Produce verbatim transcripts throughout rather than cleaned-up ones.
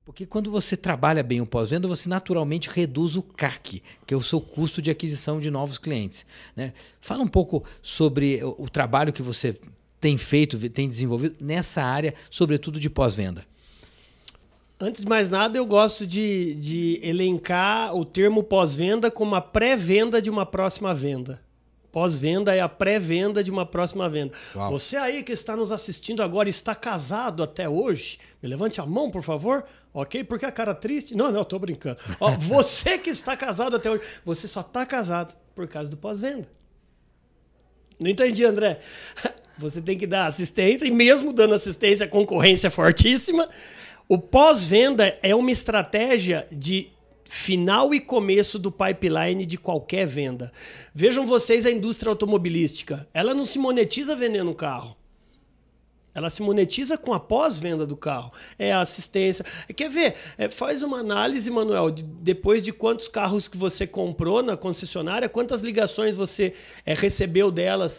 Porque quando você trabalha bem o pós-venda, você naturalmente reduz o C A C, que é o seu custo de aquisição de novos clientes, né? Fala um pouco sobre o, o trabalho que você tem feito, tem desenvolvido nessa área, sobretudo de pós-venda. Antes de mais nada, eu gosto de, de elencar o termo pós-venda como a pré-venda de uma próxima venda. Pós-venda é a pré-venda de uma próxima venda. Uau. Você aí que está nos assistindo agora está casado até hoje, me levante a mão, por favor. Ok? Porque a cara triste... Não, não, estou brincando. Ó, você que está casado até hoje, você só está casado por causa do pós-venda. Não entendi, André. Você tem que dar assistência, e mesmo dando assistência, a concorrência é fortíssima. O pós-venda é uma estratégia de final e começo do pipeline de qualquer venda. Vejam vocês a indústria automobilística. Ela não se monetiza vendendo um carro. Ela se monetiza com a pós-venda do carro. É a assistência. Quer ver? É, faz uma análise, Manuel, de, depois de quantos carros que você comprou na concessionária, quantas ligações você é, recebeu delas,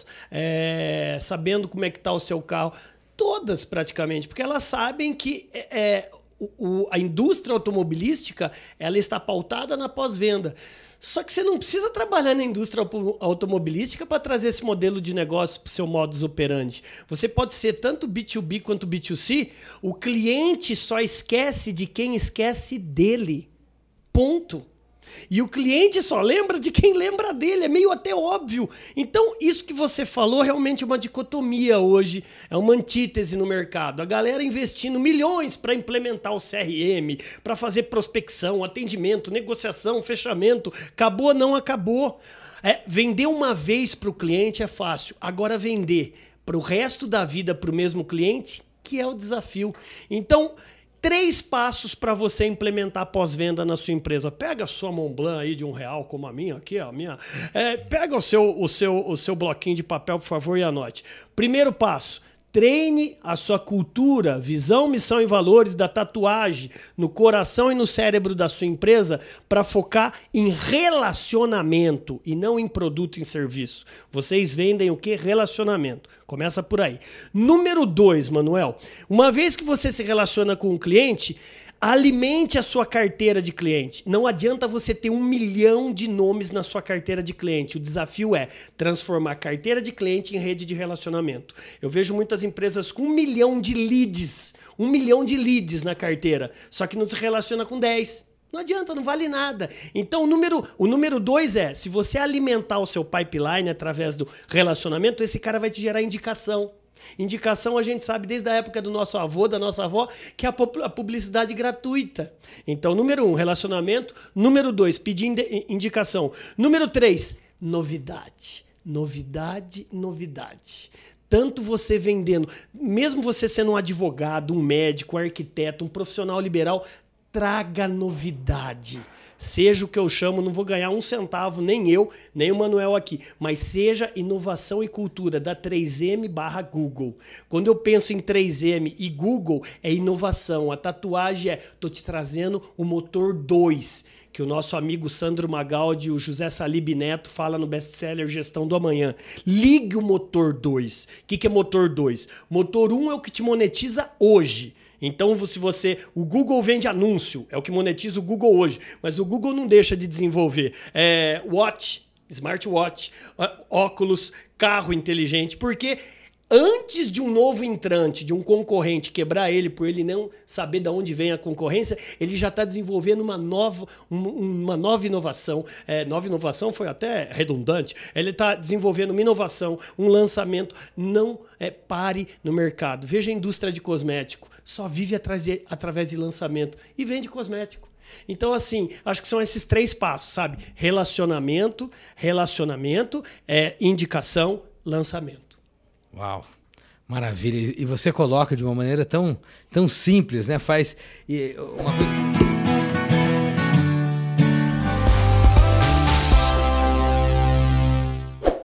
é, sabendo como é que está o seu carro. Todas, praticamente, porque elas sabem que... É, O, o, a indústria automobilística ela está pautada na pós-venda. Só que você não precisa trabalhar na indústria automobilística para trazer esse modelo de negócio para o seu modus operandi. Você pode ser tanto B dois B quanto B dois C. O cliente só esquece de quem esquece dele. Ponto. E o cliente só lembra de quem lembra dele, é meio até óbvio. Então, isso que você falou realmente é uma dicotomia hoje, é uma antítese no mercado. A galera investindo milhões para implementar o C R M, para fazer prospecção, atendimento, negociação, fechamento. Acabou, não acabou. É, vender uma vez para o cliente é fácil. Agora, vender para o resto da vida para o mesmo cliente, que é o desafio. Então... Três passos para você implementar pós-venda na sua empresa. Pega a sua Montblanc aí de um real, como a minha aqui, a minha. É, pega o seu, o, seu, o seu bloquinho de papel, por favor, e anote. Primeiro passo. Treine a sua cultura, visão, missão e valores da tatuagem no coração e no cérebro da sua empresa para focar em relacionamento e não em produto e em serviço. Vocês vendem o quê? Relacionamento. Começa por aí. Número dois, Manuel. Uma vez que você se relaciona com um cliente, alimente a sua carteira de cliente. Não adianta você ter um milhão de nomes na sua carteira de cliente. O desafio é transformar a carteira de cliente em rede de relacionamento. Eu vejo muitas empresas com um milhão de leads. Um milhão de leads na carteira. Só que não se relaciona com dez. Não adianta, não vale nada. Então, o número, o número dois é, se você alimentar o seu pipeline através do relacionamento, esse cara vai te gerar indicação. Indicação a gente sabe desde a época do nosso avô, da nossa avó, que é a publicidade gratuita. Então, número um, relacionamento. Número dois, pedir indicação. Número três, novidade. Novidade, novidade. Tanto você vendendo, mesmo você sendo um advogado, um médico, um arquiteto, um profissional liberal, traga novidade. Seja o que eu chamo, não vou ganhar um centavo, nem eu, nem o Manuel aqui, mas seja inovação e cultura da três M barra Google. Quando eu penso em três M e Google, é inovação. A tatuagem é, tô te trazendo o motor dois, que o nosso amigo Sandro Magaldi e o José Salib Neto fala no best-seller Gestão do Amanhã. Ligue o motor dois. O que, que é motor dois? Motor um é o que te monetiza hoje. Então, se você... O Google vende anúncio, é o que monetiza o Google hoje. Mas o Google não deixa de desenvolver é, watch, smartwatch, óculos, carro inteligente, porque antes de um novo entrante, de um concorrente quebrar ele por ele não saber de onde vem a concorrência, ele já está desenvolvendo uma nova, uma nova inovação. É, nova inovação foi até redundante. Ele está desenvolvendo uma inovação, um lançamento. Não é, pare no mercado. Veja a indústria de cosmético. Só vive através de lançamento e vende cosmético. Então, assim, acho que são esses três passos, sabe? Relacionamento, relacionamento, é, indicação, lançamento. Uau, maravilha. E você coloca de uma maneira tão, tão simples, né? Faz uma coisa...